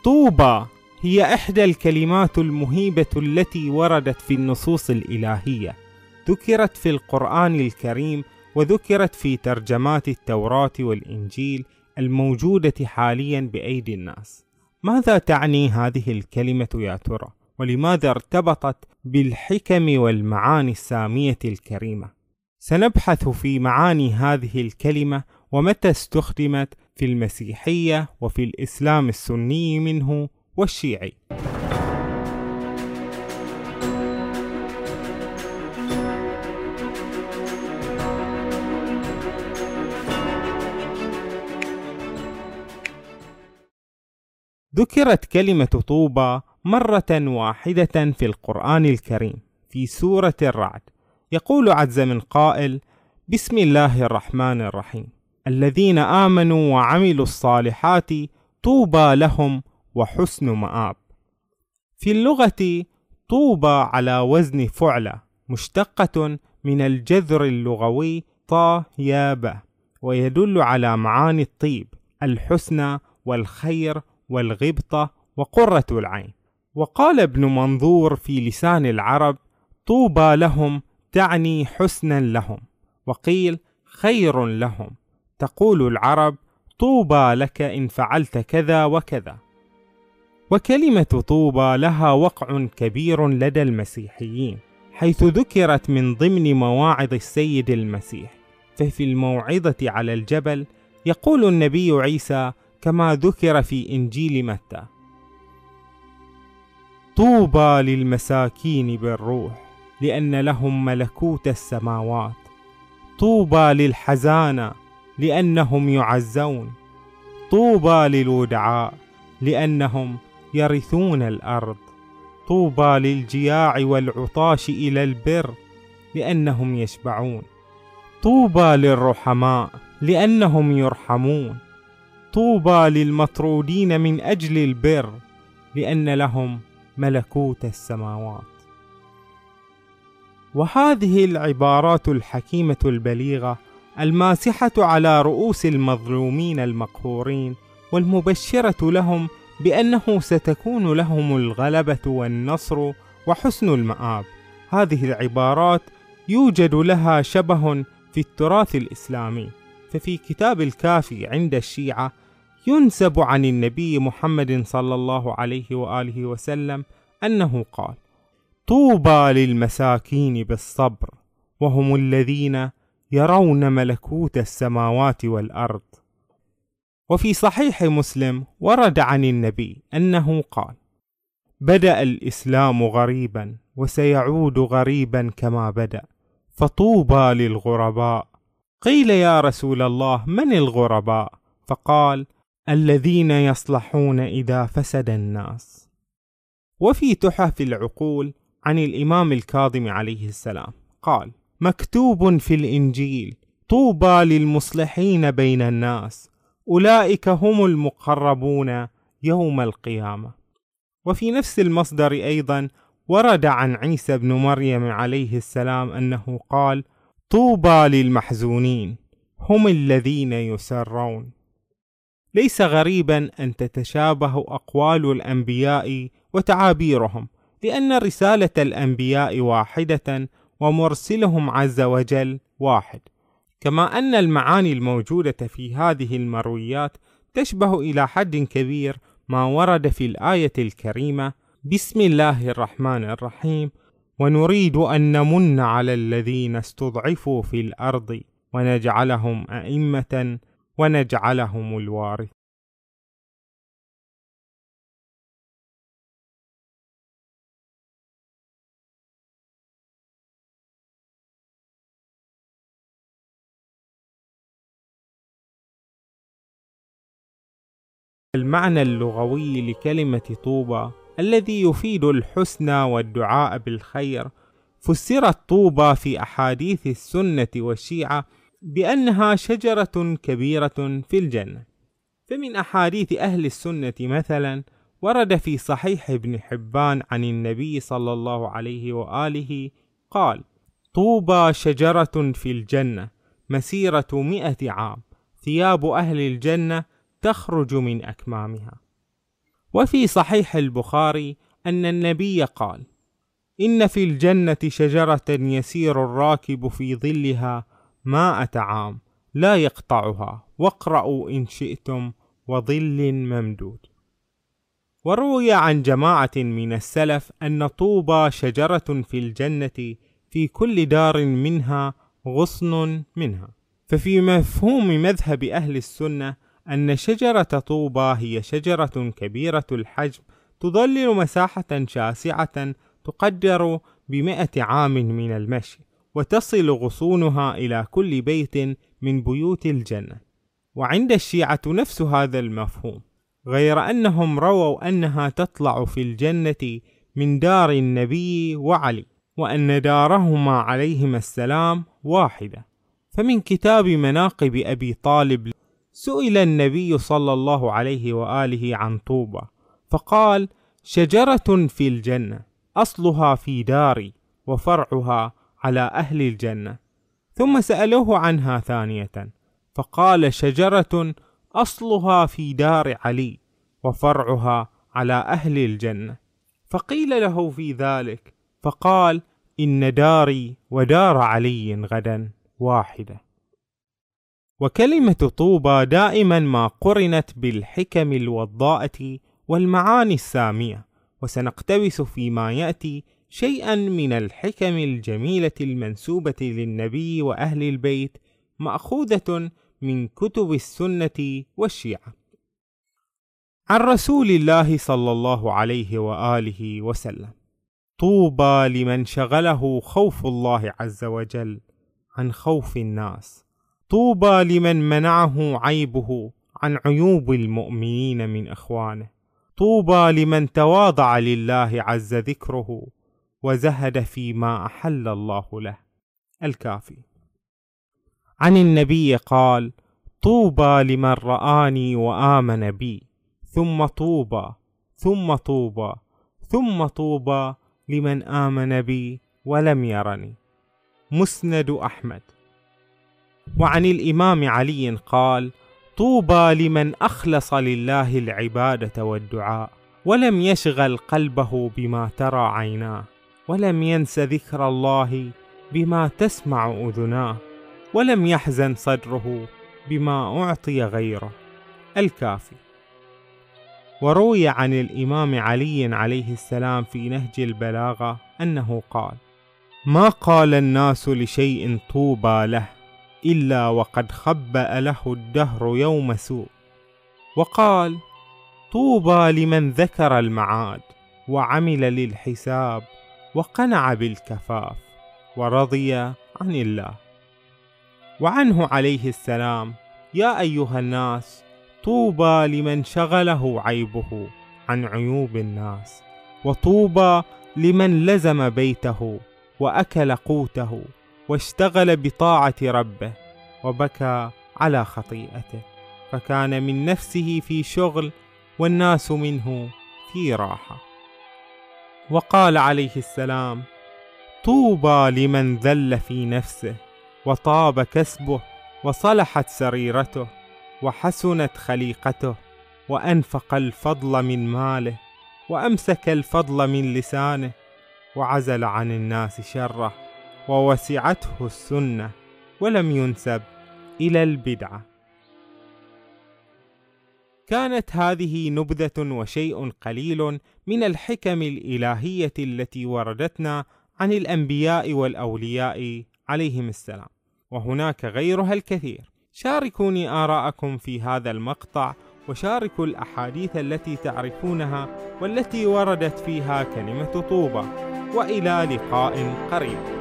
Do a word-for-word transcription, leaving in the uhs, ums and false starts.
طوبى هي إحدى الكلمات المهيبة التي وردت في النصوص الإلهية، ذكرت في القرآن الكريم وذكرت في ترجمات التوراة والإنجيل الموجودة حاليا بأيدي الناس. ماذا تعني هذه الكلمة يا ترى؟ ولماذا ارتبطت بالحكم والمعاني السامية الكريمة؟ سنبحث في معاني هذه الكلمة ومتى استخدمت في المسيحية وفي الإسلام السني منه والشيعي. ذكرت كلمة طوبى مرة واحدة في القرآن الكريم في سورة الرعد. يقول عز من قائل: بسم الله الرحمن الرحيم، الذين آمنوا وعملوا الصالحات طوبى لهم وحسن مآب. في اللغة طوبى على وزن فعلة، مشتقة من الجذر اللغوي طا يا با، ويدل على معاني الطيب، الحسنى والخير والغبطة وقرة العين. وقال ابن منظور في لسان العرب: طوبى لهم تعني حسنا لهم، وقيل خير لهم. تقول العرب: طوبى لك إن فعلت كذا وكذا. وكلمة طوبى لها وقع كبير لدى المسيحيين، حيث ذكرت من ضمن مواعظ السيد المسيح. ففي الموعظة على الجبل يقول النبي عيسى كما ذكر في إنجيل متى: طوبى للمساكين بالروح لأن لهم ملكوت السماوات. طوبى للحزانى لأنهم يعزون. طوبى للودعاء لأنهم يرثون الأرض. طوبى للجياع والعطاش إلى البر لأنهم يشبعون. طوبى للرحماء لأنهم يرحمون. طوبى للمطرودين من أجل البر لأن لهم ملكوت السماوات. وهذه العبارات الحكيمة البليغة الماسحة على رؤوس المظلومين المقهورين، والمبشرة لهم بأنه ستكون لهم الغلبة والنصر وحسن المآب. هذه العبارات يوجد لها شبه في التراث الإسلامي، ففي كتاب الكافي عند الشيعة ينسب عن النبي محمد صلى الله عليه وآله وسلم أنه قال: طوبى للمساكين بالصبر وهم الذين يرون ملكوت السماوات والأرض. وفي صحيح مسلم ورد عن النبي أنه قال: بدأ الإسلام غريبا وسيعود غريبا كما بدأ، فطوبى للغرباء. قيل: يا رسول الله، من الغرباء؟ فقال: الذين يصلحون إذا فسد الناس. وفي تحف العقول عن الإمام الكاظم عليه السلام قال: مكتوب في الإنجيل: طوبى للمصلحين بين الناس، أولئك هم المقربون يوم القيامة. وفي نفس المصدر أيضا ورد عن عيسى بن مريم عليه السلام أنه قال: طوبى للمحزونين هم الذين يسرون. ليس غريبا أن تتشابه أقوال الأنبياء وتعابيرهم، لأن رسالة الأنبياء واحدة ومرسلهم عز وجل واحد، كما أن المعاني الموجودة في هذه المرويات تشبه إلى حد كبير ما ورد في الآية الكريمة: بسم الله الرحمن الرحيم، ونريد أن نمن على الذين استضعفوا في الأرض ونجعلهم أئمة ونجعلهم الوارث. المعنى اللغوي لكلمة طوبى الذي يفيد الحسن والدعاء بالخير، فسرت طوبى في أحاديث السنة والشيعة بأنها شجرة كبيرة في الجنة. فمن أحاديث أهل السنة مثلا ورد في صحيح ابن حبان عن النبي صلى الله عليه وآله قال: طوبى شجرة في الجنة مسيرة مئة عام، ثياب أهل الجنة تخرج من أكمامها. وفي صحيح البخاري أن النبي قال: إن في الجنة شجرة يسير الراكب في ظلها مائة عام لا يقطعها، واقرأوا إن شئتم وظل ممدود. وروي عن جماعة من السلف أن طوبى شجرة في الجنة في كل دار منها غصن منها. ففي مفهوم مذهب أهل السنة أن شجرة طوبى هي شجرة كبيرة الحجم تظلل مساحة شاسعة تقدر بمئة عام من المشي، وتصل غصونها إلى كل بيت من بيوت الجنة. وعند الشيعة نفس هذا المفهوم، غير أنهم رووا أنها تطلع في الجنة من دار النبي وعلي، وأن دارهما عليهما السلام واحدة. فمن كتاب مناقب أبي طالب سئل النبي صلى الله عليه وآله عن طوبى فقال: شجرة في الجنة أصلها في داري وفرعها على أهل الجنة. ثم سألوه عنها ثانية فقال: شجرة أصلها في دار علي وفرعها على أهل الجنة. فقيل له في ذلك فقال: إن داري ودار علي غدا واحدة. وكلمة طوبى دائما ما قرنت بالحكم الوضاءة والمعاني السامية، وسنقتبس فيما يأتي شيئا من الحكم الجميلة المنسوبة للنبي وأهل البيت، مأخوذة من كتب السنة والشيعة. عن رسول الله صلى الله عليه وآله وسلم: طوبى لمن شغله خوف الله عز وجل عن خوف الناس، طوبى لمن منعه عيبه عن عيوب المؤمنين من إخوانه، طوبى لمن تواضع لله عز ذكره وزهد فيما أحل الله له. الكافي. عن النبي قال: طوبى لمن رآني وآمن بي، ثم طوبى ثم طوبى ثم طوبى لمن آمن بي ولم يرني. مسند أحمد. وعن الإمام علي قال: طوبى لمن أخلص لله العبادة والدعاء، ولم يشغل قلبه بما ترى عيناه، ولم ينس ذكر الله بما تسمع أذناه، ولم يحزن صدره بما أعطي غيره. الكافي. وروي عن الإمام علي عليه السلام في نهج البلاغة أنه قال: ما قال الناس لشيء طوبى له إلا وقد خبأ له الدهر يوم سوء. وقال: طوبى لمن ذكر المعاد وعمل للحساب وقنع بالكفاف ورضي عن الله. وعنه عليه السلام: يا أيها الناس، طوبى لمن شغله عيبه عن عيوب الناس، وطوبى لمن لزم بيته وأكل قوته واشتغل بطاعة ربه وبكى على خطيئته، فكان من نفسه في شغل والناس منه في راحة. وقال عليه السلام: طوبى لمن ذل في نفسه وطاب كسبه وصلحت سريرته وحسنت خليقته، وأنفق الفضل من ماله وأمسك الفضل من لسانه، وعزل عن الناس شره، ووسعته السنة ولم ينسب إلى البدعة. كانت هذه نبذة وشيء قليل من الحكم الإلهية التي وردتنا عن الأنبياء والأولياء عليهم السلام، وهناك غيرها الكثير. شاركوني آراءكم في هذا المقطع، وشاركوا الأحاديث التي تعرفونها والتي وردت فيها كلمة طوبى، وإلى لقاء قريب.